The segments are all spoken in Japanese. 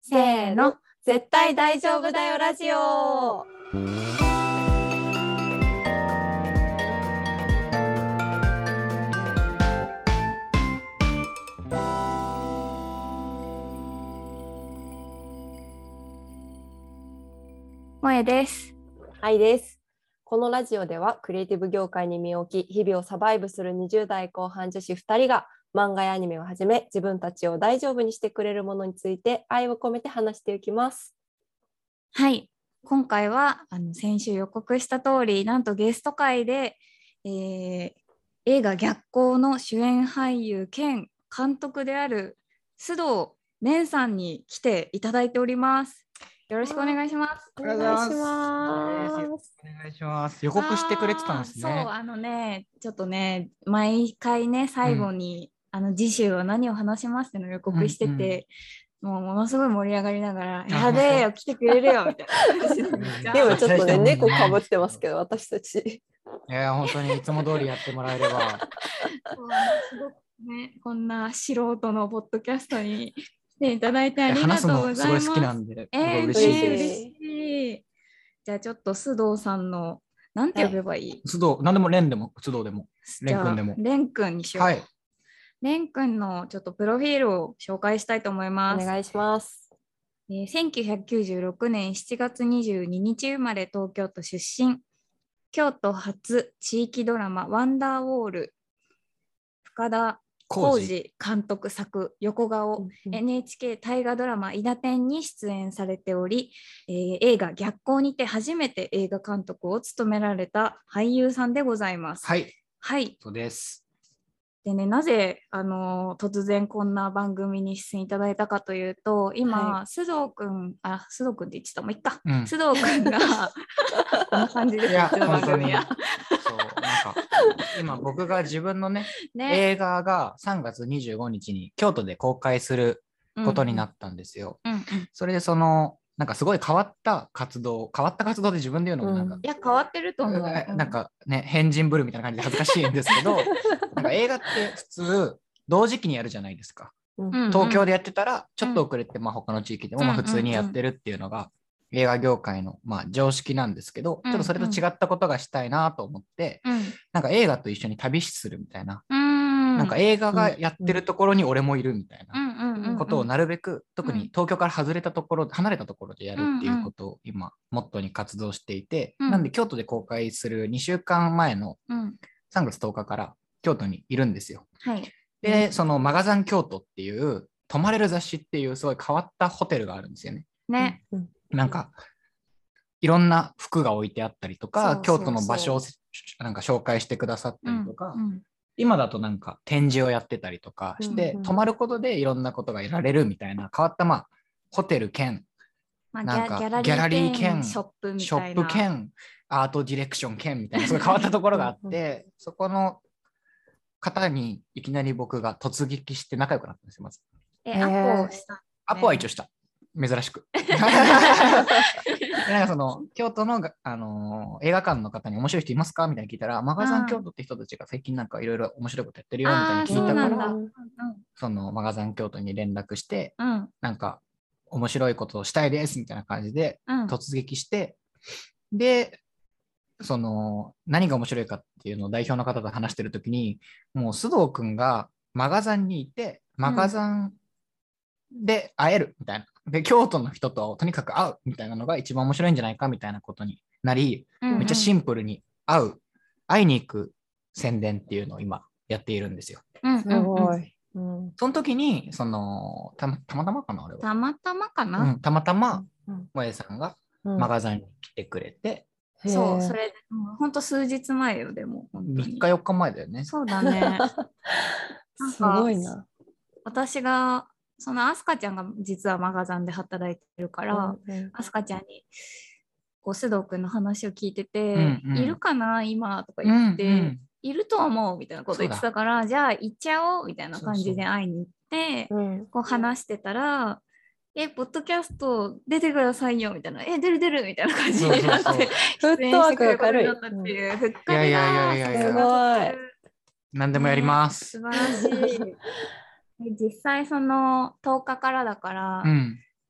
せーの、絶対大丈夫だよラジオ。萌えです。 はいです。このラジオではクリエイティブ業界に身を置き日々をサバイブする20代後半女子2人が漫画やアニメをはじめ自分たちを大丈夫にしてくれるものについて愛を込めて話していきます。 はい、今回は先週予告した通り、なんとゲスト会で、映画逆光の主演俳優兼監督である須藤蓮さんに来ていただいております。よろしくお願いします。 お願いします。 お願いします。予告してくれてたんですね。 そうちょっとね毎回ね最後に、次週は何を話しますっていうのを予告してて、もうものすごい盛り上がりながらやべえよ来てくれるよみたいな今ちょっとね猫かぶってますけど私たちいや本当にいつも通りやってもらえればすごくねこんな素人のポッドキャストに来ていただいてありがとうございます。 話すのすごい好きなんで、 嬉しい。じゃあちょっと須藤さんのなんて呼べばいい？ 須藤、何でも蓮でも須藤でも蓮くんでも。 蓮くんにしよう。はい。蓮くんのちょっとプロフィールを紹介したいと思います。 お願いします。 1996年7月22日生まれ、東京都出身。京都発地域ドラマワンダーウォール、深田浩二監督作横顔、NHK 大河ドラマいだてんに出演されており、映画逆光にて初めて映画監督を務められた俳優さんでございます。 はい、 はい、 そうです。 でね、なぜ突然こんな番組に出演いただいたかというと、今、須藤くんって言ってたもういっか、須藤くんがこんな感じですよ、 本当にそうなんか今僕が自分のね映画が3月25日に京都で公開することになったんですよ。それでなんかすごい変わった活動で自分で言うのもなんか、 いや変わってると思う。 なんかね変人ぶるみたいな感じで恥ずかしいんですけどなんか映画って普通同時期にやるじゃないですか。東京でやってたらちょっと遅れて、他の地域でも普通にやってるっていうのが映画業界の常識なんですけど、ちょっとそれと違ったことがしたいなと思って、なんか映画と一緒に旅するみたいな、なんか映画がやってるところに俺もいるみたいなことをなるべく、特に東京から離れたところ、離れたところでやるっていうことを今モットーに活動していて、なんで京都で公開する2週間前の3月10日から京都にいるんですよ。で、そのマガザン京都っていう泊まれる雑誌っていうすごい変わったホテルがあるんですよね。なんかいろんな服が置いてあったりとか、京都の場所をなんか紹介してくださったりとか、今だとなんか展示をやってたりとかして、泊まることでいろんなことが得られるみたいな変わったホテル兼なんかギャラリー兼ショップ兼アートディレクション兼みたいなすごい変わったところがあってそこの方にいきなり僕が突撃して仲良くなったんですよ。まずアポは一応した珍しくなんか京都の、映画館の方に面白い人いますかみたいに聞いたら、マガザン京都って人たちが最近なんかいろいろ面白いことやってるよみたいに聞いたから、そのマガザン京都に連絡して、なんか面白いことをしたいですみたいな感じで突撃して、で何が面白いかっていうのを代表の方と話してるときに、もう須藤くんがマガザンにいて、マガザンで会えるみたいな。で、京都の人ととにかく会うみたいなのが一番面白いんじゃないかみたいなことになり、めっちゃシンプルに会いに行く宣伝っていうのを今やっているんですよ。 すごい。 その時に、たまたまかな、俺は。 たまたまかな、 たまたま、萌えさんがマガザンに来てくれて、 そう、それ、ほんと数日前よ、でも。 3日4日前だよね。 そうだね。 すごいな。 私が、アスカちゃんが実はマガザンで働いてるから、アスカちゃんに須藤くんの話を聞いてて、いるかな今とか言って、いると思うみたいなこと言ってたから、じゃあ行っちゃおうみたいな感じで会いに行って、こう話してたら、ポッドキャスト出てくださいよみたいな、出るみたいな感じになって、 フットワークが軽い。 ふっかりだ。 すごい。 何でもやります。 素晴らしい。実際10日からだから、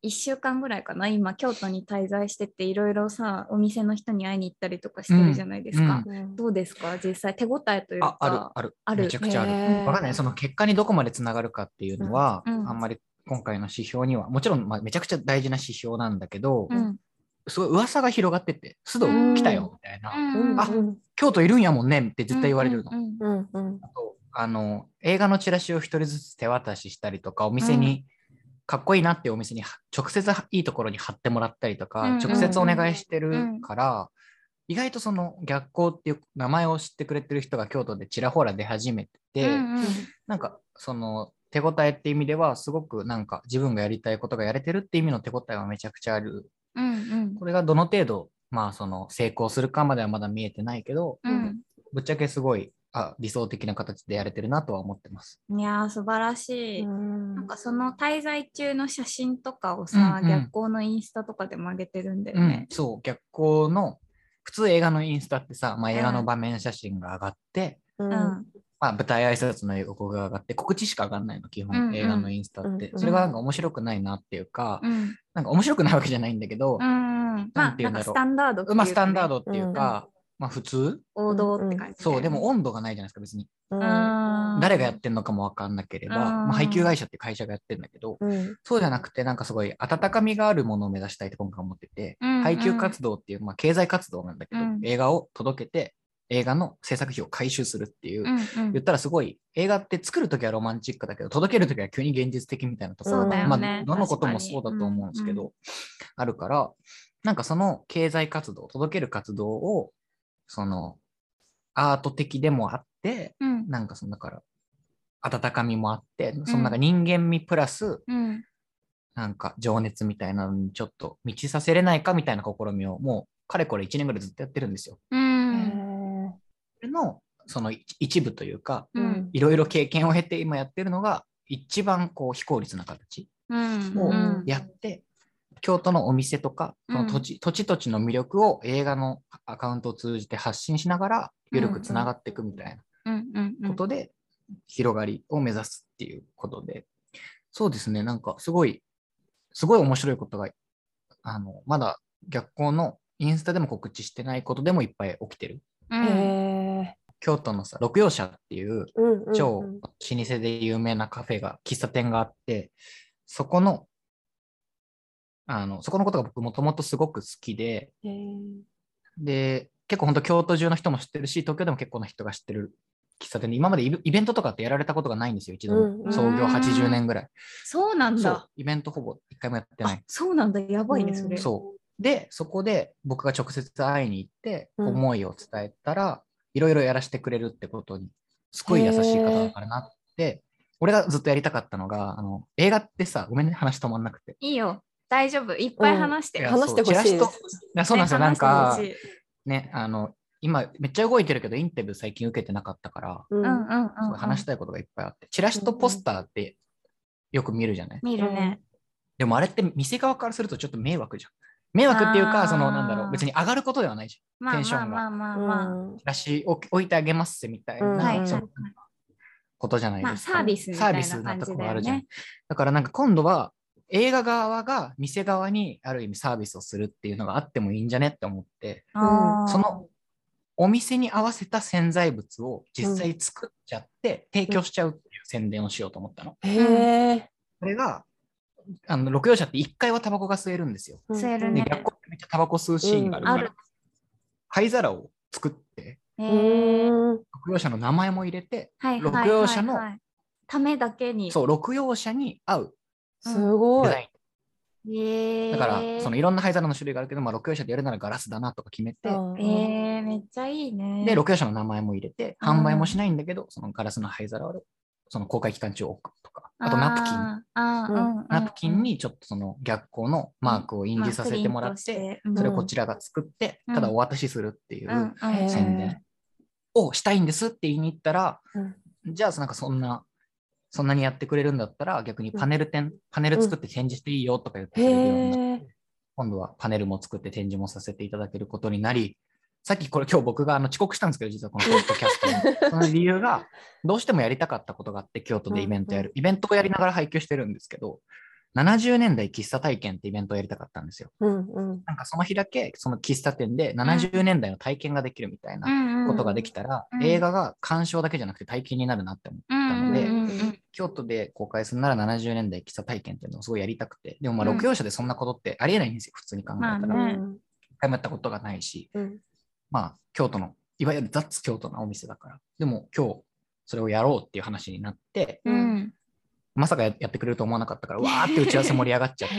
1週間ぐらいかな、今京都に滞在してて、いろいろさお店の人に会いに行ったりとかしてるじゃないですか、どうですか実際手応えというか。 あるめちゃくちゃある。わかんない、その結果にどこまでつながるかっていうのは、あんまり今回の指標にはもちろん、めちゃくちゃ大事な指標なんだけど、すごい噂が広がってて、須藤来たよみたいな、あ、京都いるんやもんねって絶対言われるの。あと映画のチラシを一人ずつ手渡ししたりとか、お店に、かっこいいなってお店に直接いいところに貼ってもらったりとか、直接お願いしてるから、意外とその逆光っていう名前を知ってくれてる人が京都でちらほら出始めてて、なんかその手応えって意味ではすごくなんか自分がやりたいことがやれてるって意味の手応えはめちゃくちゃある。これがどの程度その成功するかまではまだ見えてないけど、ぶっちゃけすごい理想的な形でやれてるなとは思ってます。 いやー素晴らしい。なんかその滞在中の写真とかをさ、逆光のインスタとかでも上げてるんだよね。 そう、逆光の普通映画のインスタってさ、映画の場面写真が上がって、舞台挨拶の予告が上がって告知しか上がんないの基本、映画のインスタって、それがなんか面白くないなっていうか、なんか面白くないわけじゃないんだけど、 なんていうんだろう、スタンダードっていうか、 スタンダードっていうか、普通王道って感じ、 そうでも温度がないじゃないですか別に、誰がやってんのかも分かんなければ、配給会社って会社がやってるんだけど、そうじゃなくてなんかすごい温かみがあるものを目指したいって今回思ってて、配給活動っていう、経済活動なんだけど、映画を届けて映画の制作費を回収するっていう、言ったらすごい映画って作るときはロマンチックだけど届けるときは急に現実的みたいなところが、どのこともそうだと思うんですけど、あるからなんかその経済活動届ける活動をそのアート的でもあって、なんかそのだから温かみもあって、そのなんか人間味プラス、なんか情熱みたいなのにちょっと満ちさせれないかみたいな試みをもうかれこれ1年ぐらいずっとやってるんですよ。それのその一部というか、いろいろ経験を経て今やってるのが一番こう非効率な形をやって、京都のお店とか、その土地土地の魅力を映画のアカウントを通じて発信しながら、緩くつながっていくみたいなことで、広がりを目指すっていうことで、そうですね、なんかすごい面白いことが、まだ逆光のインスタでも告知してないことでもいっぱい起きてる。京都のさ、六葉社っていう超老舗で有名なカフェが、喫茶店があって、そこのことが僕もともとすごく好きで、で、結構本当京都中の人も知ってるし、東京でも結構な人が知ってる喫茶店で、今までイベントとかってやられたことがないんですよ、一度も。創業80年ぐらい。 そうなんだ。 イベントほぼ一回もやってない。 そうなんだ、やばいね、それ。 そうで、そこで僕が直接会いに行って、思いを伝えたら、いろいろやらせてくれるってことに、すごい優しい方だからなって、俺がずっとやりたかったのが、映画ってさ、ごめんね、話止まんなくて。 いいよ。大丈夫。いっぱい話して。 話してほしいです。 そうなんですよ。なんか、ね、今めっちゃ動いてるけど、インタビュー最近受けてなかったから、話したいことがいっぱいあって、チラシとポスターってよく見るじゃない？ 見るね。 でもあれって店側からするとちょっと迷惑じゃん。迷惑っていうか、なんだろう、別に上がることではないじゃん。テンションが。チラシを置いてあげますみたいな、ことじゃないですか。 サービスみたいな感じだよね。 だからなんか今度は、映画側が店側にある意味サービスをするっていうのがあってもいいんじゃねって思って、そのお店に合わせた潜在物を実際作っちゃって提供しちゃうっていう宣伝をしようと思ったの。それが六葉社って1回はタバコが吸えるんですよ。 吸えるね。 で逆光ってめっちゃタバコ吸うシーンがあるから、灰皿を作って六葉社の名前も入れて、六葉社のためだけに、 そう六葉社に合うすごい。 だからそのいろんな灰皿の種類があるけど、六葉社でやるならガラスだなとか決めて、 めっちゃいいね。 で六葉社の名前も入れて、販売もしないんだけど、そのガラスの灰皿をその公開期間中置くとか、あとナプキンにちょっとその逆光のマークを印字させてもらって、それをこちらが作って、ただお渡しするっていう宣伝をしたいんですって言いに行ったら、じゃあなんかそんなにやってくれるんだったら、逆にパネル作って展示していいよとか言ってくれるようになって、今度はパネルも作って展示もさせていただけることになり、さっき今日僕が遅刻したんですけど、実はこのポッドキャストに。その理由が、どうしてもやりたかったことがあって、京都でイベントをやりながら配給してるんですけど、 70年代喫茶体験ってイベントをやりたかったんですよ。 うんうん、 なんかその日だけその喫茶店で70年代の体験ができるみたいなことができたら、映画が鑑賞だけじゃなくて体験になるなって思ったので、京都で公開するなら70年代喫茶体験っていうのをすごいやりたくて、でもまあ六葉社でそんなことってありえないんですよ、普通に考えたら。一回もやったことがないし、まあ京都のいわゆるザッツ京都のお店だから、でも今日それをやろうっていう話になって、まさかやってくれると思わなかったから、わーって打ち合わせ盛り上がっちゃって、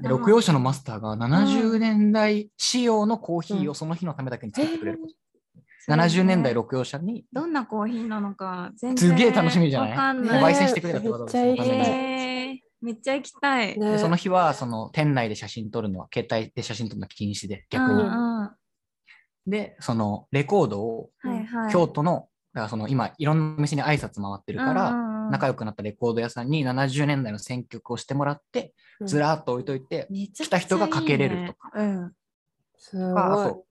六葉社のマスターが70年代仕様のコーヒーをその日のためだけに作ってくれる。70年代六葉社に。 どんなコーヒーなのか全然すげえ楽しみじゃない？焙煎してくれたってことですね。めっちゃ行きたい。 でその日はその店内で写真撮るのは携帯で写真撮るのは禁止で、逆に。で、そのレコードを京都の、だからその今いろんな店に挨拶回ってるから、仲良くなったレコード屋さんに70年代の選曲をしてもらって、ずらーっと置いといて、来た人がかけれるとか。あと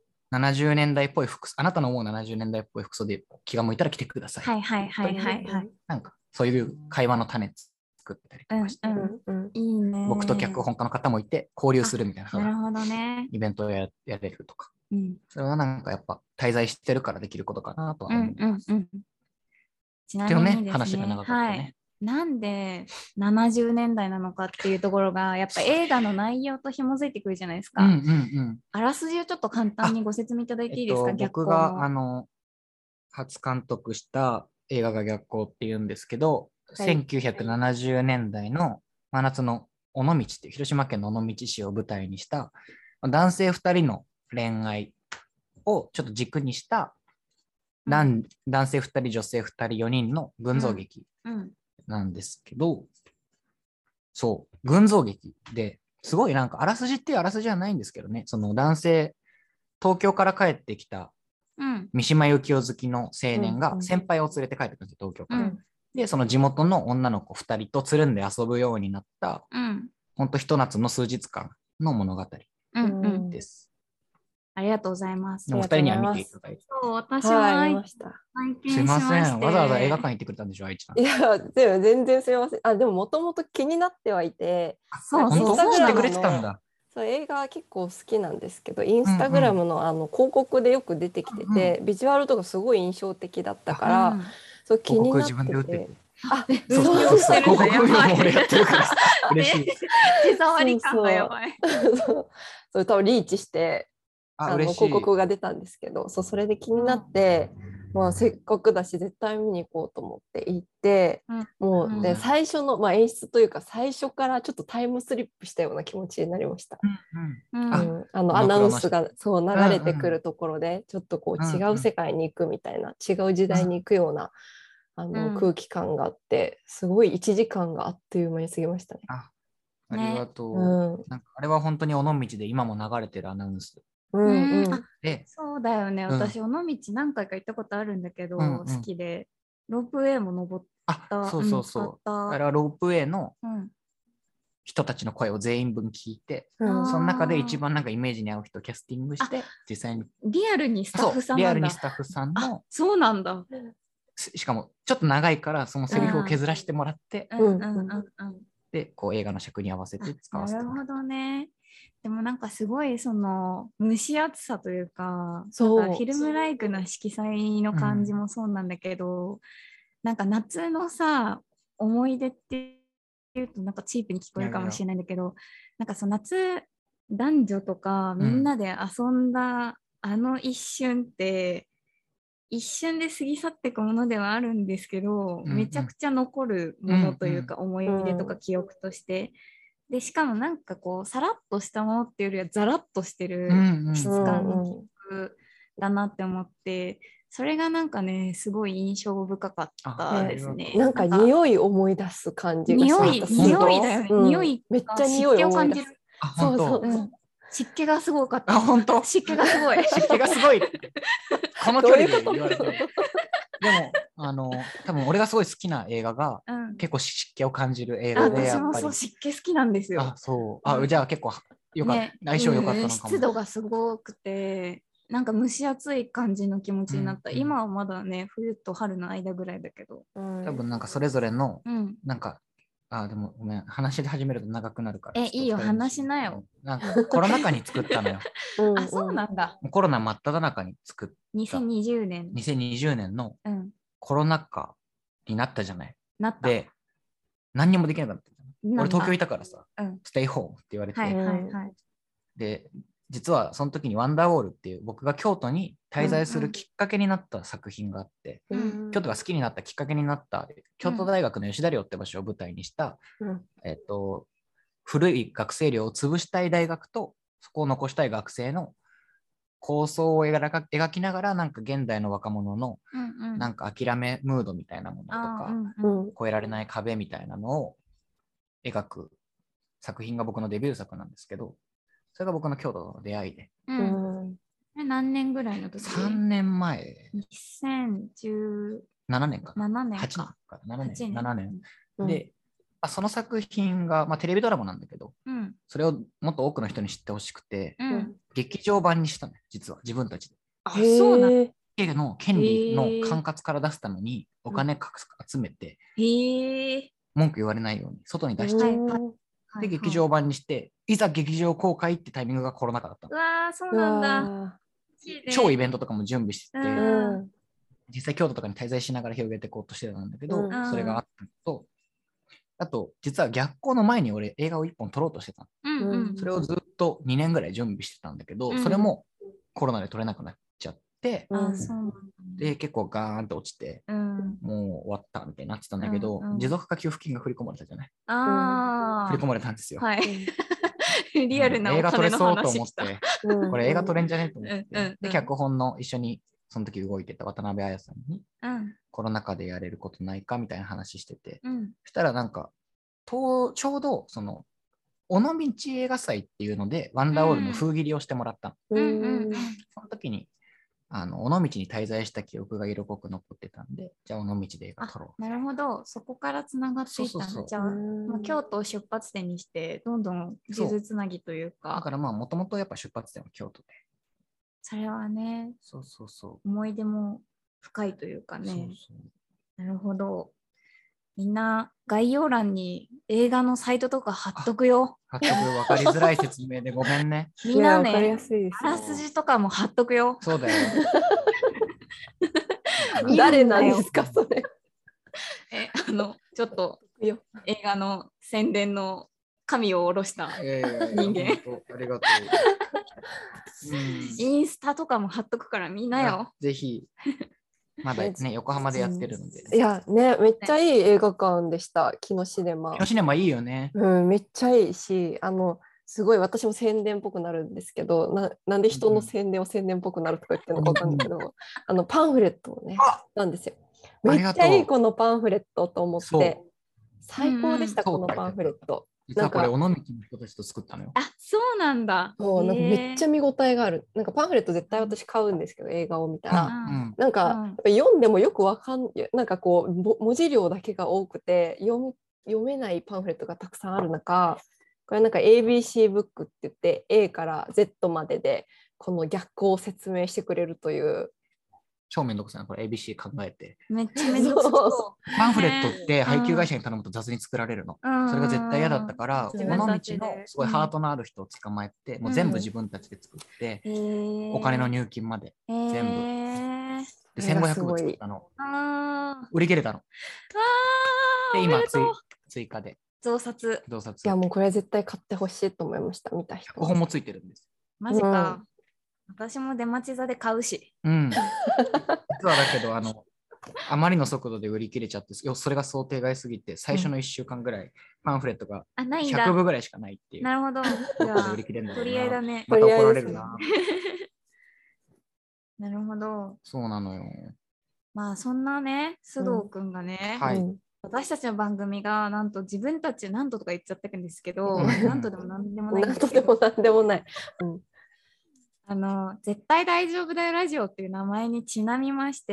70年代っぽい服装、あなたの思う70年代っぽい服装で気が向いたら来てください。なんかそういう会話の種作ったりとかして、 いいね。 僕と脚本家の方もいて交流するみたいな、 なるほどね、 イベントをやれるとか、それはなんかやっぱ滞在してるからできることかなとは思います。 ちなみにですね、 話が長かったね。 なんで70年代なのかっていうところがやっぱ映画の内容と紐づいてくるじゃないですか。あらすじをちょっと簡単にご説明いただいていいですか？ 僕が初監督した映画が逆光っていうんですけど、1970年代の真夏の尾道っていう広島県の尾道市を舞台にした男性2人の恋愛をちょっと軸にした男性2人女性2人4人の群像劇なんですけど、そう群像劇ですごいなんかあらすじっていうあらすじはないんですけどね、その男性東京から帰ってきた三島由紀夫好きの青年が先輩を連れて帰ってくるんですよ、東京から。でその地元の女の子2人とつるんで遊ぶようになった、ほんとひと夏の数日間の物語です。 ありがとうございます。 お二人には見ていただいて。 そう、私は見ました。 すいません。わざわざ映画館行ってくれたんでしょ、愛知さん。 いや、全然すいません。でももともと気になってはいて、 そう本当知ってくれてたんだ。 そう、映画結構好きなんですけど、インスタグラムの広告でよく出てきてて、ビジュアルとかすごい印象的だったから、そう気になってて。 広告自分で打ってて。 そう広告俺やってるから嬉しい。 手触り感がやばい。 それ多分リーチして広告が出たんですけど、それで気になって、せっかくだし絶対見に行こうと思って行って、もうで最初の、演出というか最初からちょっとタイムスリップしたような気持ちになりました。アナウンスがそう流れてくるところでちょっとこう違う世界に行くみたいな、違う時代に行くような空気感があって、すごい1時間があっという間に過ぎましたね。 ありがとう。なんかあれは本当に尾道で今も流れてるアナウンス。 そうだよね、私尾道何回か行ったことあるんだけど、好きでロープウェイも登った。 そうあれはロープウェイの人たちの声を全員分聞いて、その中で一番なんかイメージに合う人をキャスティングして実際にリアルにスタッフさんなんだ。 リアルにスタッフさんの。 そうなんだ。 しかもちょっと長いからそのセリフを削らせてもらって、でこう映画の尺に合わせて使わせてもらって。 なるほどね。でもなんかすごいその蒸し暑さというか、なんかフィルムライクな色彩の感じもそうなんだけど、なんか夏のさ思い出っていうとなんかチープに聞こえるかもしれないんだけど、なんかその夏男女とかみんなで遊んだあの一瞬って、一瞬で過ぎ去っていくものではあるんですけど、めちゃくちゃ残るものというか、思い出とか記憶として、でしかもなんかこうさらっとしたものっていうよりはザラッとしてる質感の記憶だなって思って、それがなんかねすごい印象深かったですね。 なんか匂い思い出す感じがしました。 匂いだよね、匂いめっちゃ匂いを感じる。 そう湿気がすごかった。 本当。 湿気がすごい。 湿気がすごい。この距離で言われてる。でも多分俺がすごい好きな映画が、結構湿気を感じる映画で、 私もそう湿気好きなんですよ。 じゃあ結構よかった、相性良かったのかも。 湿度がすごくて、なんか蒸し暑い感じの気持ちになった。今はまだね冬と春の間ぐらいだけど、 多分なんかそれぞれのなんかでもごめん、話で始めると長くなるから。 いいよ、話しなよ。 なんかコロナ禍に作ったのよ。 あ、そうなんだ。 コロナ真っ只中に作った。 2020 年のコロナ禍になったじゃない。 なった。 で、何にもできなかった。俺東京いたからさ、ステイホームって言われて。で、実はその時にワンダーウォールっていう僕が京都に滞在するきっかけになった作品があって、京都が好きになったきっかけになった京都大学の吉田寮って場所を舞台にした、古い学生寮を潰したい大学とそこを残したい学生の構想を描きながら、なんか現代の若者のなんか諦めムードみたいなものとか、越えられない壁みたいなのを描く作品が僕のデビュー作なんですけど、それが僕の京都の出会いで。 何年ぐらいの時 ？3年前。 2017 年かな。 8年か。7年。で、その作品が、テレビドラマなんだけど、それをもっと多くの人に知ってほしくて、劇場版にしたの、実は自分たちで。 そうなの。の権利の管轄から出すためにお金集めて、文句言われないように外に出しちゃう。で、劇場版にして、いざ劇場公開ってタイミングがコロナ禍だったの。 そうなんだ。 超イベントとかも準備してて、実際京都とかに滞在しながら広げていこうとしてたんだけど、それがあったのと、あと、実は逆光の前に俺映画を1本撮ろうとしてたの。それをずっと2年ぐらい準備してたんだけど、それもコロナで撮れなくなっちゃって、で、結構ガーンと落ちて、もう終わったみたいになってたんだけど、持続化給付金が振り込まれたじゃない。振り込まれたんですよ。 リアルなお金の話した。 映画撮れそうと思って、これ映画撮れんじゃねと思って、で、脚本の一緒にその時動いてた渡辺彩さんに、コロナ禍でやれることないかみたいな話してて、そしたらなんか、ちょうどその、尾道映画祭っていうので、ワンダーウォールの封切りをしてもらったの。その時に、尾道に滞在した記憶が色濃く残ってたんで、じゃあ尾道で映画撮ろう。 なるほど、そこからつながっていったんだ。じゃあ、京都を出発点にして、どんどん数珠つなぎというか。 だからもともとやっぱ出発点は京都で。 それはね、思い出も深いというかね。なるほど。みんな概要欄に映画のサイトとか貼っとくよ。 貼っとくよ。分かりづらい説明でごめんね。 みんなね、あらすじとかも貼っとくよ。 そうだよ。 誰なんですか、それ。 ちょっと映画の宣伝の神を下ろした人間。 ありがとう。 インスタとかも貼っとくからみんなよ。 ぜひ。まだね、横浜でやってるので。 いやね、めっちゃいい映画館でした、木のシネマ。 木のシネマいいよね。 めっちゃいいし、すごい私も宣伝っぽくなるんですけど、なんで人の宣伝を宣伝っぽくなるとか言ってるのか分かんないけど、パンフレットをね、なんですよ。めっちゃいいこのパンフレットと思って、最高でした、このパンフレット。 実はこれ尾道の人たちと作ったのよ。 そうなんだ。 そう、なんかめっちゃ見応えがある。なんかパンフレット絶対私買うんですけど、映画を見たら、なんかやっぱ読んでもよくなんかこう文字量だけが多くて読めないパンフレットがたくさんある中、これなんか ABC ブックって言って A から Z まででこの逆光を説明してくれるという。 超めんどくさいな、これ ABC 考えて。 めっちゃめんどくさい。 パンフレットって配給会社に頼むと雑に作られるの。それが絶対嫌だったから、尾道のすごいハートのある人を捕まえて、もう全部自分たちで作って、お金の入金まで全部。で、1500部作ったの。売り切れたの。で、今追加で。 増刷。 いや、もうこれ絶対買ってほしいと思いました、見た人。 脚本もついてるんです。 マジか。私も出待ち座で買うし。 実はだけど、あまりの速度で売り切れちゃって、それが想定外すぎて、最初の1週間ぐらい、パンフレットが100部ぐらいしかないっていう。 なるほど。取り合いだね。 また怒られるな。 なるほど。 そうなのよ。 まあ、そんなね、須藤くんがね、私たちの番組がなんと自分たちなんとか言っちゃったんですけど、なんとでもなんでもないんですけど。 なんとでもなんでもない。 絶対大丈夫だよラジオっていう名前にちなみまして、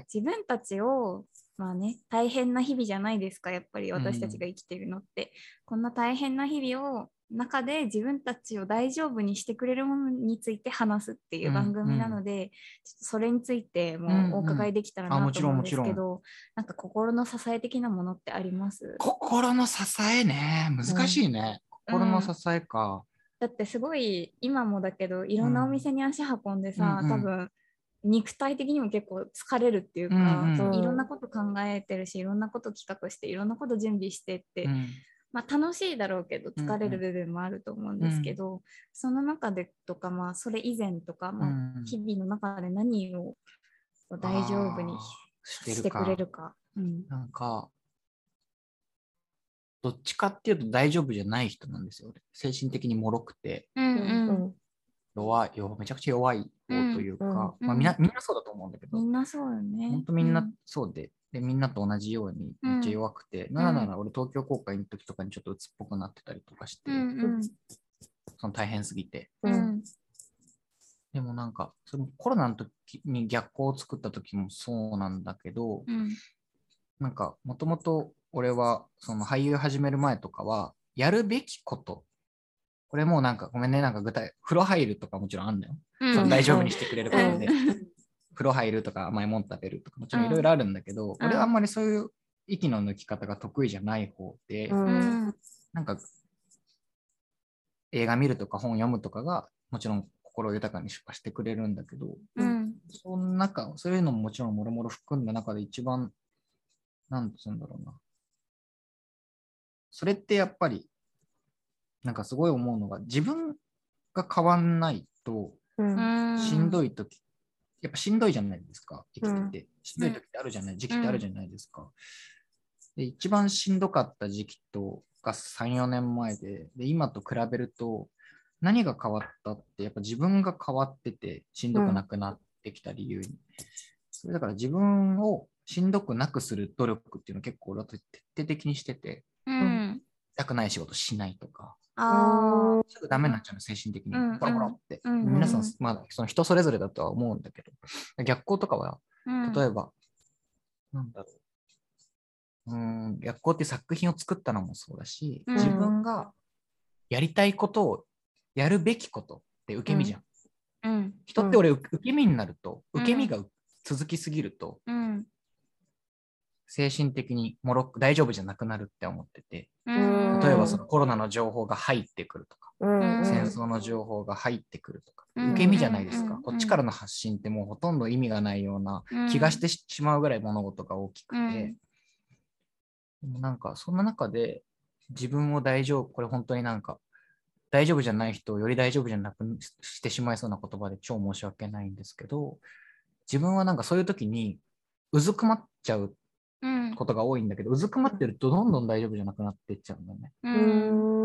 自分たちをまあね大変な日々じゃないですか、やっぱり私たちが生きてるのって、こんな大変な日々を中で自分たちを大丈夫にしてくれるものについて話すっていう番組なので、ちょっとそれについてもお伺いできたらなと思うんですけど、なんか心の支え的なものってあります？ 心の支えね、難しいね。心の支えか。 だってすごい今もだけどいろんなお店に足運んでさ、多分肉体的にも結構疲れるっていうか、いろんなこと考えてるし、いろんなこと企画していろんなこと準備してって、まあ、楽しいだろうけど疲れる部分もあると思うんですけど、その中でとか、まあ、それ以前とか、まあ、日々の中で何を大丈夫にしてくれるか。 なんかどっちかっていうと大丈夫じゃない人なんですよ。精神的に脆くて、弱い、めちゃくちゃ弱い方というか、まあ、みんなそうだと思うんだけど、 みんなそうよね。 本当みんなそうで、みんなと同じようにめっちゃ弱くて、なら俺東京公開の時とかにちょっと鬱っぽくなってたりとかして、その大変すぎて。でもなんかそのコロナの時に逆光を作った時もそうなんだけど、なんかもともと俺はその俳優始める前とかはやるべきこと、これもうなんかごめんね、なんか風呂入るとかもちろんあんだよ、その大丈夫にしてくれることで、風呂入るとか甘いもん食べるとかもちろんいろいろあるんだけど、俺はあんまりそういう息の抜き方が得意じゃない方で、なんか映画見るとか本読むとかがもちろん心豊かにしてくれるんだけど、その中そういうのももちろんもろもろ含んだ中で一番なんて言うんだろうな、それってやっぱりなんかすごい思うのが、自分が変わんないとしんどい時、やっぱしんどいじゃないですか、生きててしんどい時ってあるじゃない、時期ってあるじゃないですか。で一番しんどかった時期が3、4年前で、今と比べると何が変わったって、やっぱ自分が変わっててしんどくなくなってきた理由に、それだから自分をしんどくなくする努力っていうのを結構俺は徹底的にしてて、したくない仕事しないとか、すぐダメになっちゃうの、精神的にボロボロって、皆さん、まあ、その人それぞれだとは思うんだけど、逆光とかは例えば、なんだろう、逆光っていう作品を作ったのもそうだし、自分がやりたいことをやるべきことって受け身じゃん。人って俺、受け身になると、受け身が続きすぎると、精神的に大丈夫じゃなくなるって思ってて、例えばそのコロナの情報が入ってくるとか、戦争の情報が入ってくるとか、受け身じゃないですか。こっちからの発信ってもうほとんど意味がないような気がしてしまうぐらい物事が大きくて、でもなんかそんな中で自分をこれ本当になんか大丈夫じゃない人をより大丈夫じゃなくしてしまいそうな言葉で超申し訳ないんですけど、自分はなんかそういう時にうずくまっちゃうことが多いんだけど、うずくまってるとどんどん大丈夫じゃなくなっていっちゃうんだよね。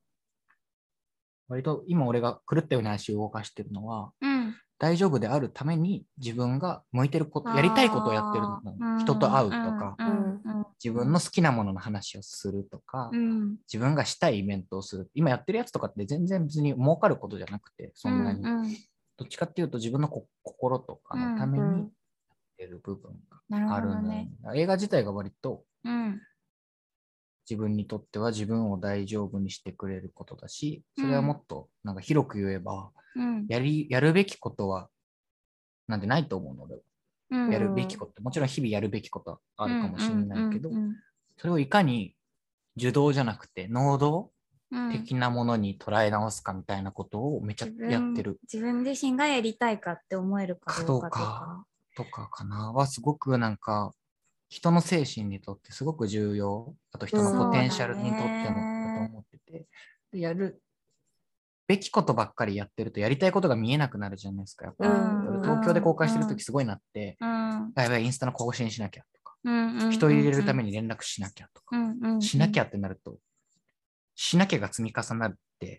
割と今俺が狂ったような足を動かしてるのは、大丈夫であるために自分が向いてること、やりたいことをやってるの。人と会うとか、自分の好きなものの話をするとか、自分がしたいイベントをする。今やってるやつとかって全然別に儲かることじゃなくて、そんなに。どっちかっていうと自分の心とかのためにやってる部分があるので、映画自体が割と自分にとっては自分を大丈夫にしてくれることだし、それはもっとなんか広く言えば、やるべきことはなんてないと思うので、やるべきこと、もちろん日々やるべきことはあるかもしれないけど、それをいかに受動じゃなくて能動的なものに捉え直すかみたいなことをめちゃやってる。 自分自身がやりたいかって思えるかどうかとかかなはすごくなんか人の精神にとってすごく重要。あと人のポテンシャルにとってもだと思ってて、でやるべきことばっかりやってるとやりたいことが見えなくなるじゃないですか。やっぱ東京で公開してるときすごいなって、やばいインスタの更新しなきゃとか、人を入れるために連絡しなきゃとか、しなきゃってなると、しなきゃが積み重なって、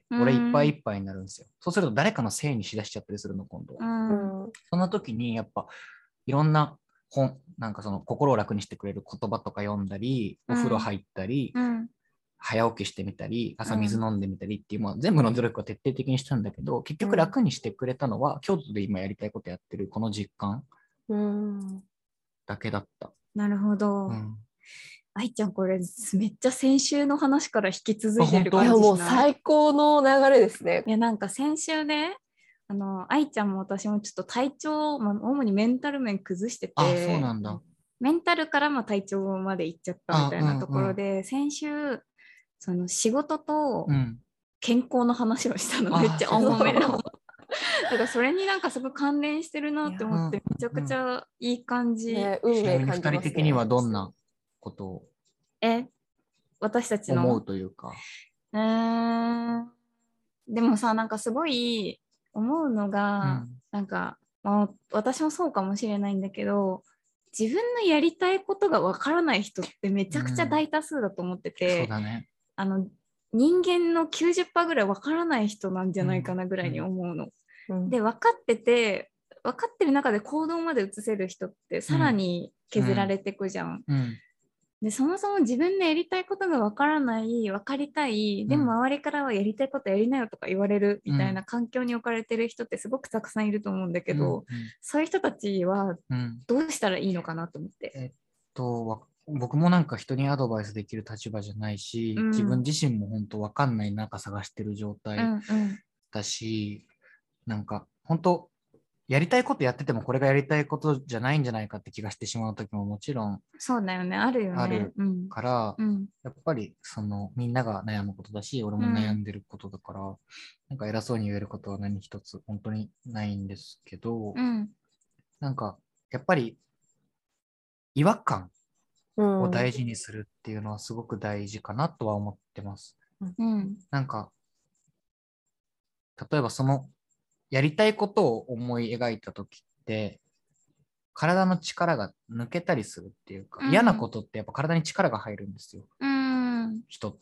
俺いっぱいいっぱいになるんですよ。そうすると誰かのせいにしだしちゃったりするの、今度。その時にやっぱいろんな本、なんかその心を楽にしてくれる言葉とか読んだり、お風呂入ったり、早起きしてみたり、朝水飲んでみたりっていう、全部の努力を徹底的にしたんだけど、結局楽にしてくれたのは、京都で今やりたいことやってるこの実感だけだった。 なるほど。 愛ちゃんこれめっちゃ先週の話から引き続いてる感じしない？ いやもう最高の流れですね。 いやなんか先週ね愛ちゃんも私もちょっと体調、主にメンタル面崩してて、 あ、そうなんだ。 メンタルから体調までいっちゃったみたいなところで、先週その仕事と健康の話をしたの、めっちゃ重めのだからそれになんかすごい関連してるなって思って、めちゃくちゃいい感じ。 運命感じますね。 2人的にはどんなことを私たちの思うというか。 でもさ、なんかすごい思うのが、なんか、私もそうかもしれないんだけど、自分のやりたいことがわからない人ってめちゃくちゃ大多数だと思ってて、 そうだね。 人間の 90% ぐらいわからない人なんじゃないかなぐらいに思うの。で、分かってる中で行動まで移せる人ってさらに削られてくじゃん。でそもそも自分でやりたいことがわからない、分かりたい、でも周りからはやりたいことやりなよとか言われるみたいな環境に置かれてる人ってすごくたくさんいると思うんだけど、そういう人たちはどうしたらいいのかなと思って。 僕もなんか人にアドバイスできる立場じゃないし、自分自身も本当分かんない中探してる状態だし、なんか本当やりたいことやっててもこれがやりたいことじゃないんじゃないかって気がしてしまう時ももちろんそうだよね、あるよね。 あるから、やっぱりそのみんなが悩むことだし、俺も悩んでることだから、なんか偉そうに言えることは何一つ本当にないんですけど、なんかやっぱり違和感を大事にするっていうのはすごく大事かなとは思ってます。なんか例えばそのやりたいことを思い描いたときって、体の力が抜けたりするっていうか、嫌なことってやっぱ体に力が入るんですよ。人って。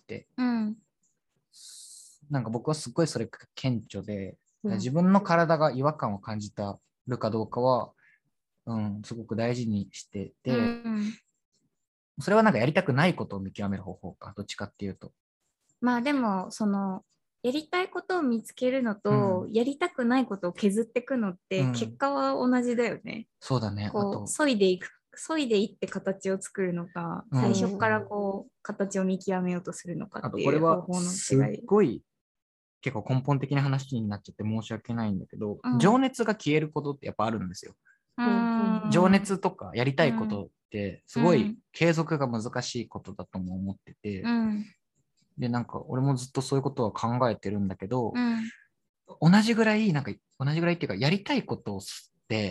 なんか僕はすごいそれが顕著で、自分の体が違和感を感じたるかどうかは、すごく大事にしてて、それはなんかやりたくないことを見極める方法か、どっちかっていうと。 でもやりたいことを見つけるのと、やりたくないことを削っていくのって、結果は同じだよね。 そうだね。 削いでいって形を作るのか、最初から形を見極めようとするのかっていう方法の違い。 すっごい結構根本的な話になっちゃって申し訳ないんだけど、情熱が消えることってやっぱあるんですよ。情熱とかやりたいことってすごい継続が難しいことだとも思ってて、でなんか俺もずっとそういうことは考えてるんだけど、同じぐらいっていうかやりたいことをして、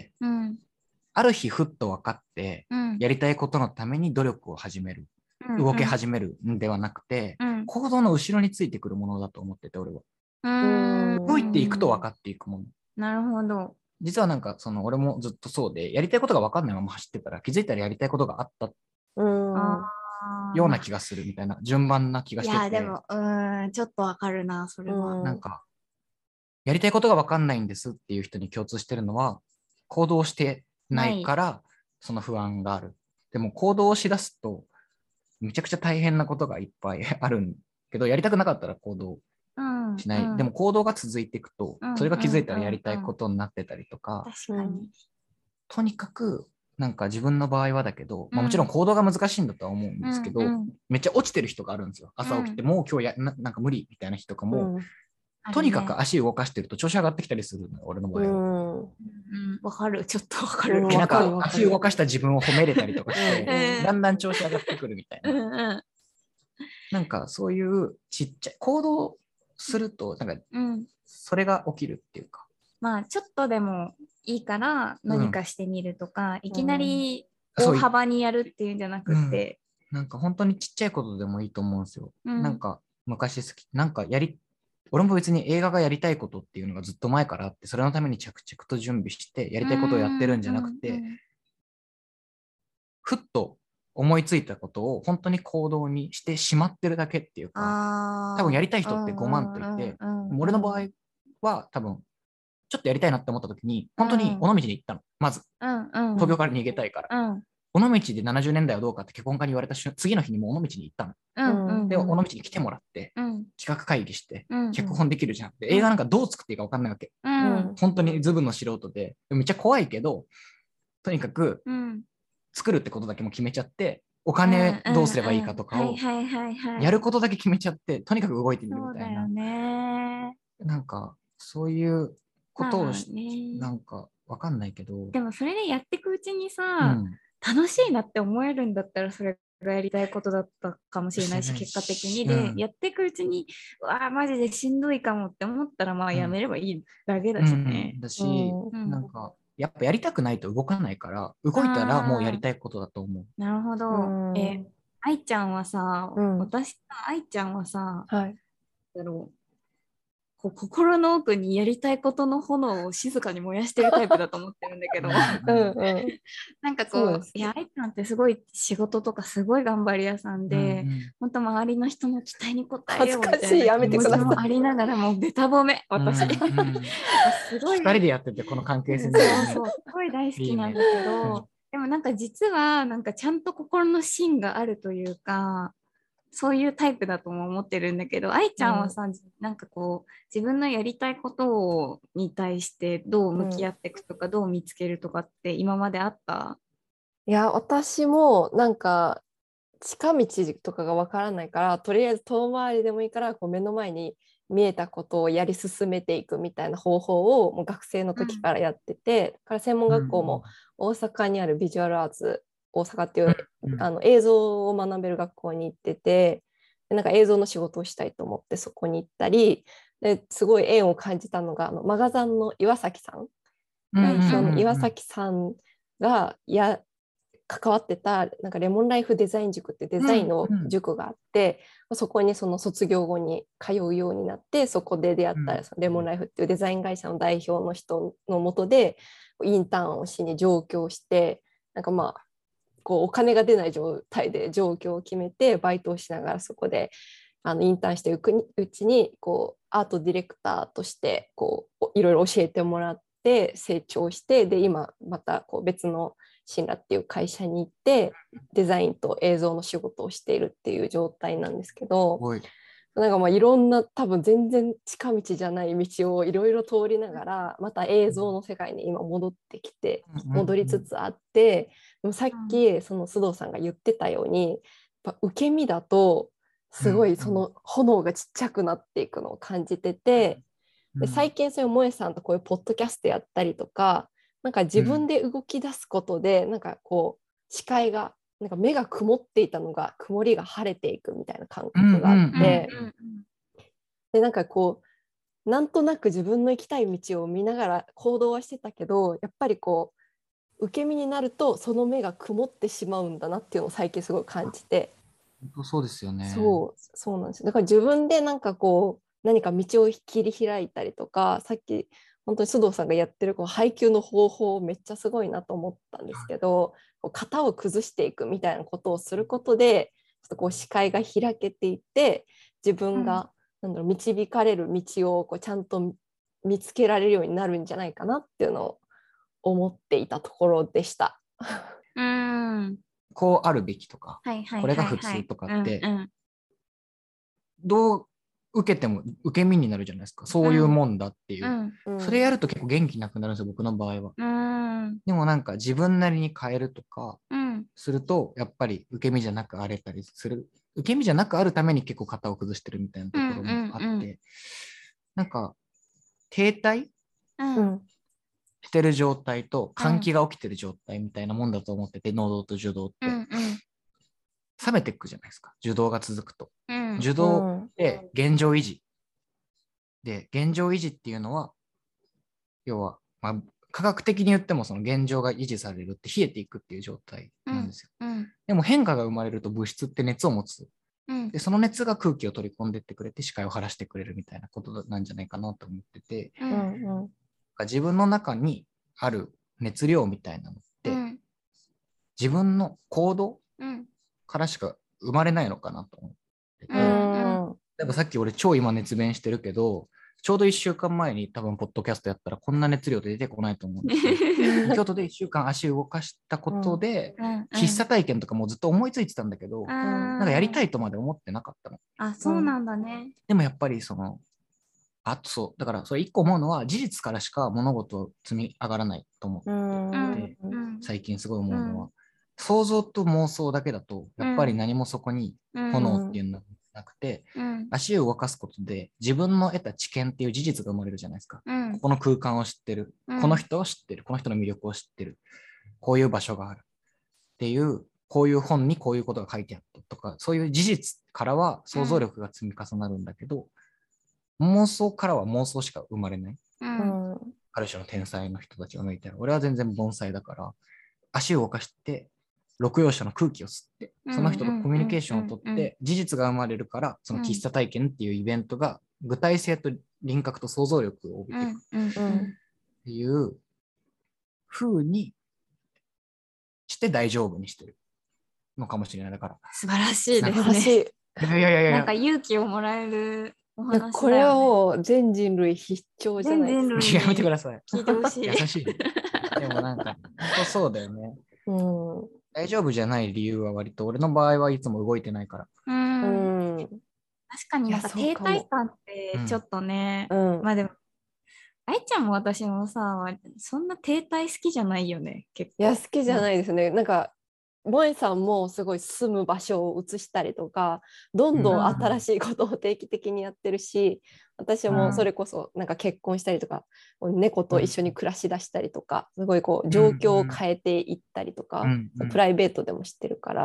ある日ふっと分かって、やりたいことのために努力を始める、動き始めるんではなくて、行動の後ろについてくるものだと思ってて、俺は。動いていくと分かっていくもの。 なるほど。 実はなんか俺もずっとそうで、やりたいことが分かんないまま走ってたら気づいたらやりたいことがあったような気がするみたいな、順番な気がしてて。 いやでもちょっと分かるな、それは。 なんかやりたいことが分かんないんですっていう人に共通してるのは、行動してないからその不安がある。でも行動をしだすとめちゃくちゃ大変なことがいっぱいあるんけど、やりたくなかったら行動しない。でも行動が続いていくと、それが気づいたらやりたいことになってたりとか、 確かに。 とにかくなんか自分の場合はだけど、もちろん行動が難しいんだとは思うんですけど、めっちゃ落ちてる人があるんですよ。朝起きて、もう今日なんか無理みたいな人とかも、とにかく足動かしてると調子上がってきたりするのよ、俺の場合は。 わかる、ちょっとわかる。 なんか足動かした自分を褒めれたりとかして、だんだん調子上がってくるみたいな。なんかそういうちっちゃい行動すると、なんかそれが起きるっていうか。 ちょっとでもいいから何かしてみるとか、いきなり大幅にやるっていうんじゃなくて、 なんか本当にちっちゃいことでもいいと思うんですよ。なんか昔なんか俺も別に映画がやりたいことっていうのがずっと前からあって、それのために着々と準備してやりたいことをやってるんじゃなくて、ふっと思いついたことを本当に行動にしてしまってるだけっていうか、多分やりたい人って5万といて、俺の場合は多分ちょっとやりたいなって思った時に本当に尾道に行ったの。まず東京から逃げたいから、尾道で70年代はどうかって脚本家に言われた次の日にもう尾道に行ったの。で尾道に来てもらって、企画会議して、脚本できるじゃん。で映画なんかどう作っていいか分かんないわけ。本当にズブの素人でめっちゃ怖いけど、とにかく作るってことだけも決めちゃって、 お金どうすればいいかとかをやることだけ決めちゃってとにかく動いてみるみたいな、なんかそういうことをなんかわかんないけど、 でもそれでやっていくうちにさ、楽しいなって思えるんだったらそれがやりたいことだったかもしれないし、結果的にで、やっていくうちにわあマジでしんどいかもって思ったらまあやめればいいだけだしね。 だし、なんかやっぱやりたくないと動かないから、動いたらもうやりたいことだと思う。 なるほど。愛ちゃんはさ、私と愛ちゃんはさ、だろう、こう心の奥にやりたいことの炎を静かに燃やしてるタイプだと思ってるんだけどなんかこう、いや愛ちゃんってすごい仕事とかすごい頑張り屋さんで、本当周りの人の期待に応えようみたいな気持ちもありながらもうベタ褒め私すごい2人でやっててこの関係性ね、 そうすごい大好きなんだけどでもなんか実はなんかちゃんと心の芯があるというか、そういうタイプだとも思ってるんだけど、愛ちゃんはさ、なんかこう自分のやりたいことに対してどう向き合っていくとか、どう見つけるとかって今まであった？ いや、私もなんか近道とかがわからないから、とりあえず遠回りでもいいからこう目の前に見えたことをやり進めていくみたいな方法をもう学生の時からやってて、だから専門学校も大阪にあるビジュアルアーツ大阪っていう映像を学べる学校に行ってて、なんか映像の仕事をしたいと思ってそこに行ったり、ですごい縁を感じたのがマガザンの岩崎さん、代表の岩崎さんが関わってたなんかレモンライフデザイン塾ってデザインの塾があって、そこにその卒業後に通うようになって、そこで出会ったレモンライフっていうデザイン会社の代表の人の下でインターンをしに上京して、なんかまあこうお金が出ない状態で上京を決めてバイトをしながらそこでインターンしていくうちにこうアートディレクターとしてこういろいろ教えてもらって成長して、で今またこう別のシンラっていう会社に行ってデザインと映像の仕事をしているっていう状態なんですけど、なんかまあいろんな多分全然近道じゃない道をいろいろ通りながらまた映像の世界に今戻りつつあって、でもさっきその須藤さんが言ってたようにやっぱ受け身だとすごいその炎がちっちゃくなっていくのを感じてて、で最近そういう萌さんとこういうポッドキャストやったりとか、なんか自分で動き出すことで、なんかこう視界がなんか目が曇っていたのが曇りが晴れていくみたいな感覚があって、でなんかこうなんとなく自分の行きたい道を見ながら行動はしてたけど、やっぱりこう受け身になるとその目が曇ってしまうんだなっていうのを最近すごい感じて。 本当そうですよね。 そうなんですよ。だから自分でなんかこう何か道を切り開いたりとか、さっき本当に須藤さんがやってるこう配給の方法めっちゃすごいなと思ったんですけど、こう型を崩していくみたいなことをすることでちょっとこう視界が開けていって自分が、導かれる道をこうちゃんと見つけられるようになるんじゃないかなっていうのを思っていたところでした。 こうあるべきとか、これが普通とかってどう受けても受け身になるじゃないですか。そういうもんだっていう、それやると結構元気なくなるんですよ、僕の場合は。でもなんか自分なりに変えるとかするとやっぱり受け身じゃなくあれたりする、受け身じゃなくあるために結構型を崩してるみたいなところもあって、なんか停滞してる状態と換気が起きてる状態みたいなもんだと思ってて、能動と受動って冷めていくじゃないですか、受動が続くと。受動って現状維持で、現状維持っていうのは要は、科学的に言ってもその現状が維持されるって冷えていくっていう状態なんですよ。でも変化が生まれると物質って熱を持つ。でその熱が空気を取り込んでってくれて視界を晴らしてくれるみたいなことなんじゃないかなと思ってて、自分の中にある熱量みたいなのって、自分の行動からしか生まれないのかなと思ってて、例えばさっき俺超今熱弁してるけど、ちょうど1週間前に多分ポッドキャストやったらこんな熱量で出てこないと思うんですよ。京都で1週間足動かしたことで、喫茶体験とかもずっと思いついてたんだけど、なんかやりたいとまで思ってなかったの。 あ、そうなんだね。 でもやっぱりだからそれ一個思うのは事実からしか物事を積み上がらないと思ってて、最近すごい思うのは、 想像と妄想だけだとやっぱり何もそこに炎っていうのがなくて、足を動かすことで自分の得た知見っていう事実が生まれるじゃないですか。ここの空間を知ってる、この人を知ってる、この人の魅力を知ってる、こういう場所があるっていう、こういう本にこういうことが書いてあったとか、そういう事実からは想像力が積み重なるんだけど、妄想からは妄想しか生まれない。ある種の天才の人たちを抜いたら、俺は全然盆栽だから、足を動かして6要所の空気を吸って、その人とコミュニケーションをとって事実が生まれるから、その喫茶体験っていうイベントが具体性と輪郭と想像力を帯びていくっていう風にして大丈夫にしてるのかもしれない。だから素晴らしいですね。なんか勇気をもらえるお話だよね。 これを全人類必聴じゃないですか。 やめてください。 聞いてほしい。 優しい。でもなんか本当そうだよね。大丈夫じゃない理由は割と俺の場合はいつも動いてないから。 確かになんか停滞感ってちょっとね、まあでも愛ちゃんも私もさ、そんな停滞好きじゃないよね、結構。 いや好きじゃないですね。なんか萌えさんもすごい住む場所を移したりとか、どんどん新しいことを定期的にやってるし、私もそれこそなんか結婚したりとか、猫と一緒に暮らしだしたりとか、すごいこう状況を変えていったりとか、プライベートでも知ってるから、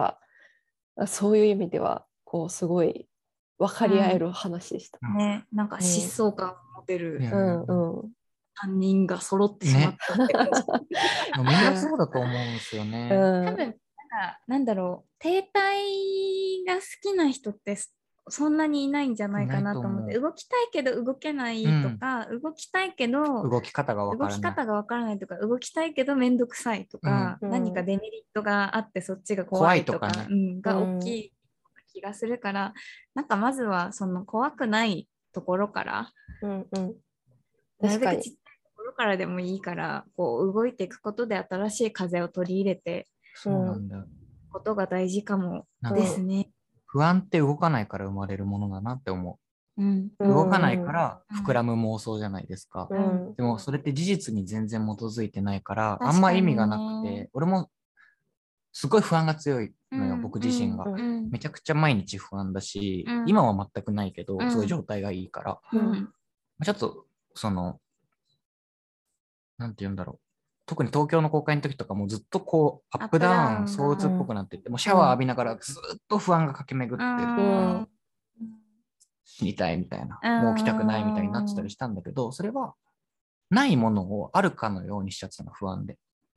そういう意味ではこうすごい分かり合える話でした。 ね、なんか疾走感を持てる3人が揃ってしまったって感じ。 みんなそうだと思うんですよね。 多分なんだろう、停滞が好きな人ってそんなにいないんじゃないかなと思って、動きたいけど動けないとか、動きたいけど動き方がわからないとか、動きたいけどめんどくさいとか、何かデメリットがあってそっちが怖いとかが大きい気がするから、なんかまずはその怖くないところから、なるべくちっちゃいところからでもいいから、こう動いていくことで新しい風を取り入れてことが大事かもですね。 不安って動かないから生まれるものだなって思う。動かないから膨らむ妄想じゃないですか。でもそれって事実に全然基づいてないから、あんま意味がなくて、俺もすごい不安が強いのよ、僕自身が。めちゃくちゃ毎日不安だし、今は全くないけど、すごい状態がいいから、ちょっとそのなんて言うんだろう、特に東京の公開の時とかもずっとこうアップダウン躁うつっぽくなってて、もうシャワー浴びながらずっと不安が駆け巡ってるとか、死にたいみたいな、もう起きたくないみたいになってたりしたんだけど、それはないものをあるかのようにしちゃってたの、不安で。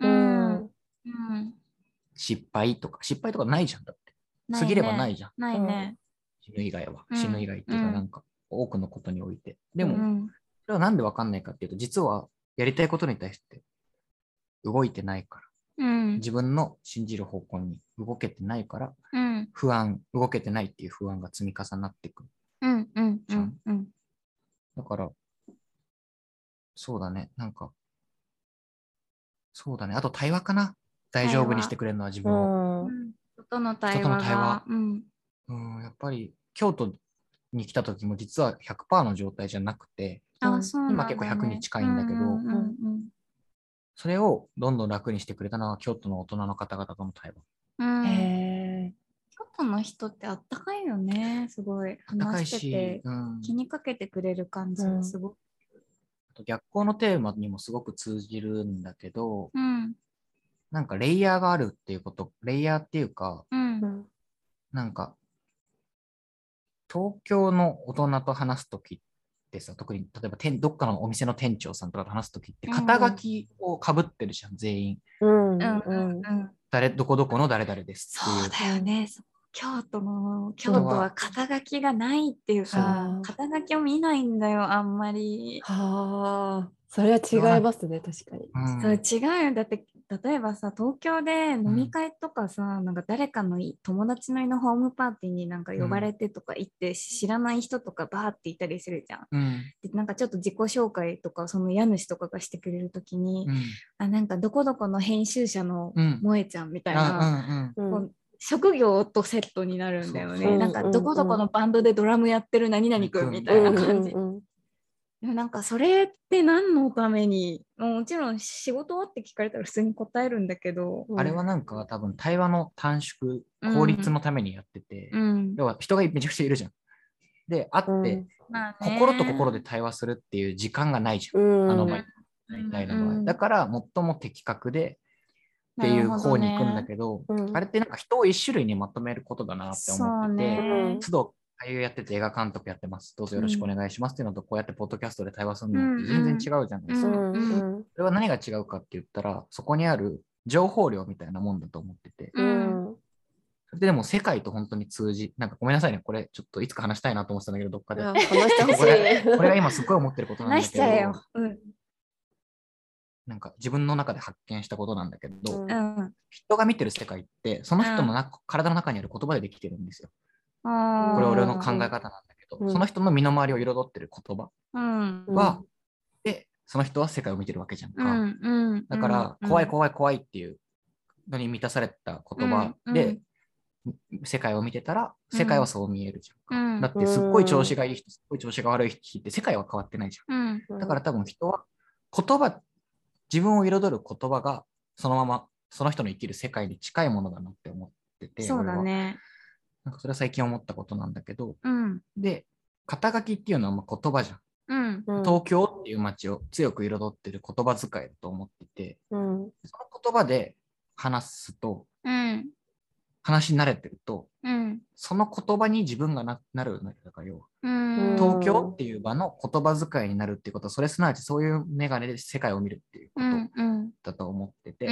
失敗とかないじゃん、だって過ぎればないじゃん。 ないね。 死ぬ以外は、死ぬ以外っていうか、なんか多くのことにおいて。でも、それはなんでわかんないかっていうと、実はやりたいことに対して動いてないから、自分の信じる方向に動けてないから、不安、動けてないっていう不安が積み重なっていく。だから、そうだね、なんか、そうだね、あと対話かな。大丈夫にしてくれるのは自分を。 人との対話。 やっぱり京都に来た時も実は 100% の状態じゃなくて、今結構100に近いんだけど、それをどんどん楽にしてくれたのは京都の大人の方々との対話。 京都の人ってあったかいよね、すごい。話してて、気にかけてくれる感じがすごく。 逆光のテーマにもすごく通じるんだけど、なんかレイヤーがあるっていうこと、レイヤーっていうか、なんか東京の大人と話すときってさ、特に例えばどっかのお店の店長さんとかと話すときって肩書きをかぶってるじゃん、全員。どこどこの誰々ですっていう。 そうだよね。京都は肩書きがないっていうか、肩書きを見ないんだよ、あんまり。 はあ、それは違いますね、確かに。 そう違うよ。だって例えばさ、東京で飲み会とかさ、なんか誰かの友達の家のホームパーティーになんか呼ばれてとか行って、知らない人とかバーっていたりするじゃん。でなんかちょっと自己紹介とかその家主とかがしてくれるときに、なんかどこどこの編集者の萌えちゃんみたいな、職業とセットになるんだよね。なんかどこどこのバンドでドラムやってる何々くんみたいな感じ。 なんかそれって何のために、もちろん仕事はって聞かれたら普通に答えるんだけど、 あれはなんか多分対話の短縮、効率のためにやってて、要は人がめちゃくちゃいるじゃん。で、会って、心と心で対話するっていう時間がないじゃん。あの場合、大体の場合。だから最も的確でっていう方に行くんだけど、あれってなんか人を一種類にまとめることだなって思ってて、都度俳優やってて映画監督やってます。どうぞよろしくお願いしますっていうのと、こうやってポッドキャストで対話するのって全然違うじゃないですか。それは何が違うかって言ったら、そこにある情報量みたいなもんだと思ってて。でも世界と本当に通じ、なんかごめんなさいね、これちょっといつか話したいなと思ってたんだけど、どっかで。これが今すごい思ってることなんだけど、なんか自分の中で発見したことなんだけど、人が見てる世界って、その人の体の中にある言葉でできてるんですよ。これは俺の考え方なんだけど、その人の身の回りを彩ってる言葉は、で、その人は世界を見てるわけじゃんか。だから、怖い怖い怖いっていうのに満たされた言葉で、世界を見てたら、世界はそう見えるじゃんか。だって、すっごい調子がいい人、すっごい調子が悪い人って世界は変わってないじゃん。だから多分人は、自分を彩る言葉が、そのまま、その人の生きる世界に近いものだなって思ってて、 そうだね。 なんかそれは最近思ったことなんだけど、で、肩書きっていうのはまあ言葉じゃん。東京っていう街を強く彩ってる言葉遣いだと思ってて、その言葉で話すと、話に慣れてると、その言葉に自分が なるんだからよ。東京っていう場の言葉遣いになるっていうことは、それすなわちそういう眼鏡で世界を見るっていうことだと思ってて、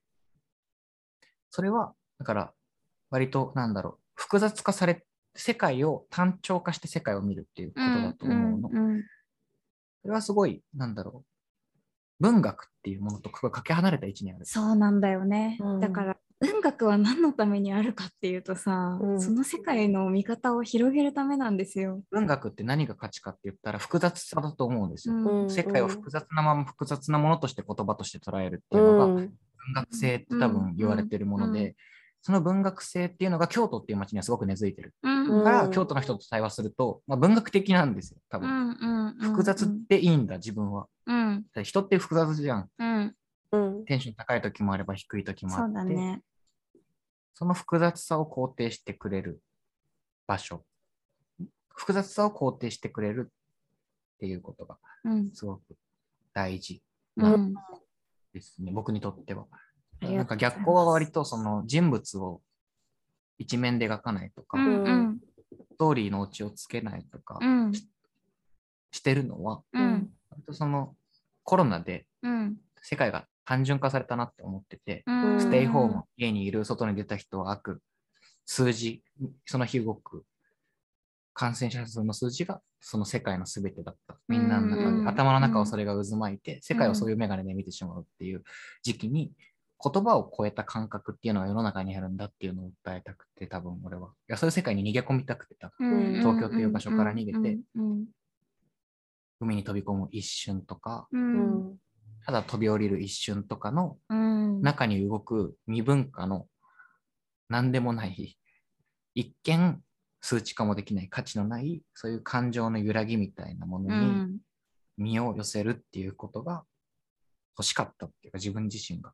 それは、だから、割となんだろう、複雑化され、世界を単調化して世界を見るっていうことだと思うの。それはすごい、なんだろう、文学っていうものとかけ離れた位置にある。 そうなんだよね。だから、文学は何のためにあるかっていうとさ、その世界の見方を広げるためなんですよ。 文学って何が価値かって言ったら複雑さだと思うんですよ。世界を複雑なまま複雑なものとして言葉として捉えるっていうのが、文学性って多分言われてるもので、その文学性っていうのが京都っていう街にはすごく根付いてる。から、京都の人と対話すると、まあ、文学的なんですよ、多分。複雑でいいんだ、自分は。人って複雑じゃん。テンション高い時もあれば低い時もあって、その複雑さを肯定してくれる場所。複雑さを肯定してくれるっていうことが、すごく大事なんですね、僕にとっては。なんか逆光は割とその人物を一面で描かないとか、ストーリーのオチをつけないとか、してるのは、割とそのコロナで世界が単純化されたなって思ってて、ステイホーム、家にいる、外に出た人は数字、その日動く感染者数の数字がその世界の全てだった。みんなの中で、頭の中をそれが渦巻いて、世界をそういう眼鏡で見てしまうっていう時期に、言葉を超えた感覚っていうのは世の中にあるんだっていうのを訴えたくて、多分俺は。いや、そういう世界に逃げ込みたくて、東京っていう場所から逃げて、海に飛び込む一瞬とか、ただ飛び降りる一瞬とかの中に動く未文化の何でもない、一見数値化もできない価値のない、そういう感情の揺らぎみたいなものに身を寄せるっていうことが欲しかったっていうか、自分自身が。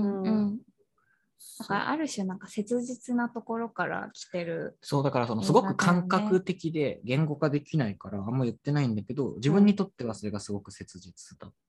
だからある種なんか切実なところから来てる。 そうだからそのすごく感覚的で言語化できないからあんま言ってないんだけど、自分にとってはそれがすごく切実だった。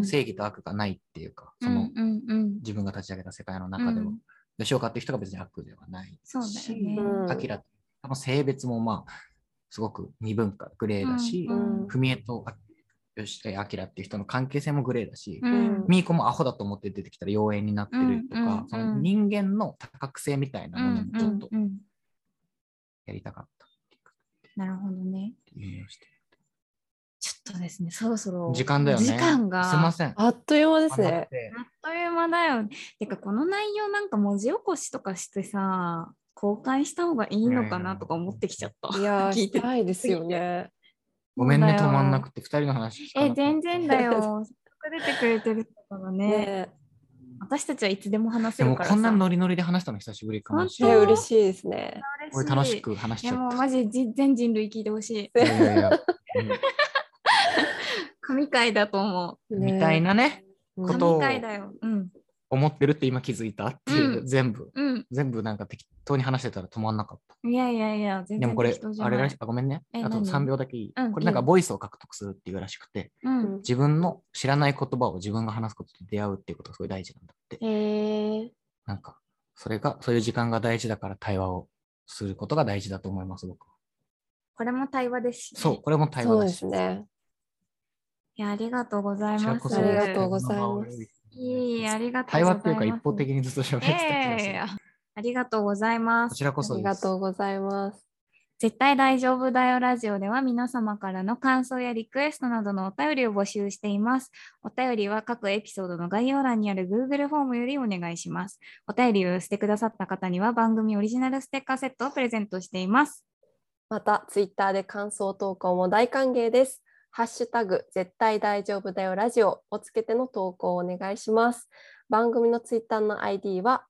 正義と悪がないっていうか、その自分が立ち上げた世界の中では、吉岡っていう人が別に悪ではないし、アキラの性別もまあすごく二分化グレーだし、文江とアキラっていう人の関係性もグレーだし、ミーコもアホだと思って出てきたら妖艶になってるとか、その人間の多角性みたいなものもちょっとやりたかった。 なるほどね。ちょっとですね、そろそろ時間だよね。 時間がすいません。 あっという間ですね。 あっという間だよ。てかこの内容なんか文字起こしとかしてさ、公開した方がいいのかなとか思ってきちゃった。 いやー、したいですよね。 ごめんね、止まんなくて、2人の話聞かなかった。 全然だよ。出てくれてるからね。私たちはいつでも話せるからさ。 でもこんなノリノリで話したの久しぶりかもしれない。嬉しいですね。 俺楽しく話しちゃった。 マジ全人類聞いてほしい。 いや神回だと思う。みたいなね、ことを神回だよ。 思ってるって今気づいたっていう、全部なんか適当に話してたら止まんなかった。 いや、全然でもこれ、あれらしい、ごめんね。あと3秒だけいい。これなんかボイスを獲得するっていうらしくて、自分の知らない言葉を自分が話すことと出会うっていうことがすごい大事なんだって。なんか、そういう時間が大事だから対話をすることが大事だと思います、僕は。 これも対話ですし、 そう、これも対話だし。 そうですね。 いや、ありがとうございます。 ありがとうございます。 ありがとうございます。 対話っていうか一方的にずっと喋ってた気がする。 ありがとうございます。 こちらこそありがとうございます。 絶対大丈夫だよラジオでは皆様からの感想やリクエストなどのお便りを募集しています。お便りは各エピソードの概要欄にある Google フォームよりお願いします。お便りをしてくださった方には番組オリジナルステッカーセットをプレゼントしています。 また、ツイッターで感想投稿も大歓迎です。ハッシュタグ絶対大丈夫だよラジオをつけての投稿をお願いします。番組のツイッターの ID は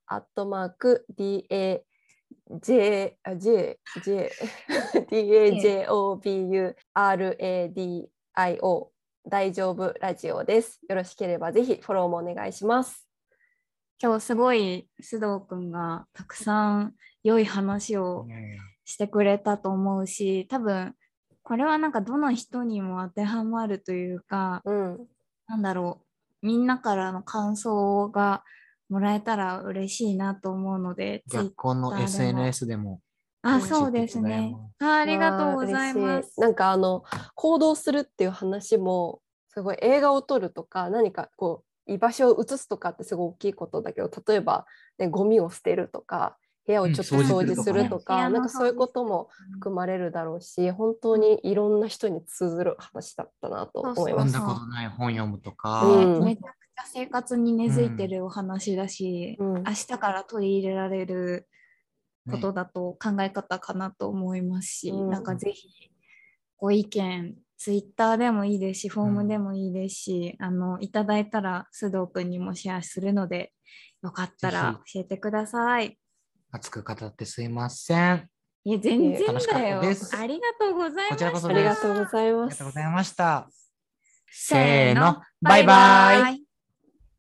DAJOBURADIO 大丈夫ラジオです。よろしければぜひフォローもお願いします。 今日すごい須藤くんがたくさん良い話をしてくれたと思うし、多分これはなんかどの人にも当てはまるというか、なんだろう、みんなからの感想がもらえたら嬉しいなと思うので、 逆光の SNS でも。 そうですね。ありがとうございます。 なんか行動するっていう話もすごい映画を撮るとか何かこう居場所を移すとかってすごい大きいことだけど、例えば、ね、ゴミを捨てるとか部屋をちょっと掃除するとか、なんかそういうことも含まれるだろうし、本当にいろんな人に通ずる話だったなと思います。 読んだことない本読むとか、 めちゃくちゃ生活に根付いてるお話だし、明日から取り入れられることだと考え方かなと思いますし、なんかぜひご意見ツイッターでもいいですし、フォームでもいいですし、いただいたら須藤くんにもシェアするので、よかったら教えてください。 熱く語ってすいません。 いや、全然だよ。ありがとうございました。こちらこそありがとうございます。 ありがとうございました。 せーの、 バイバイ。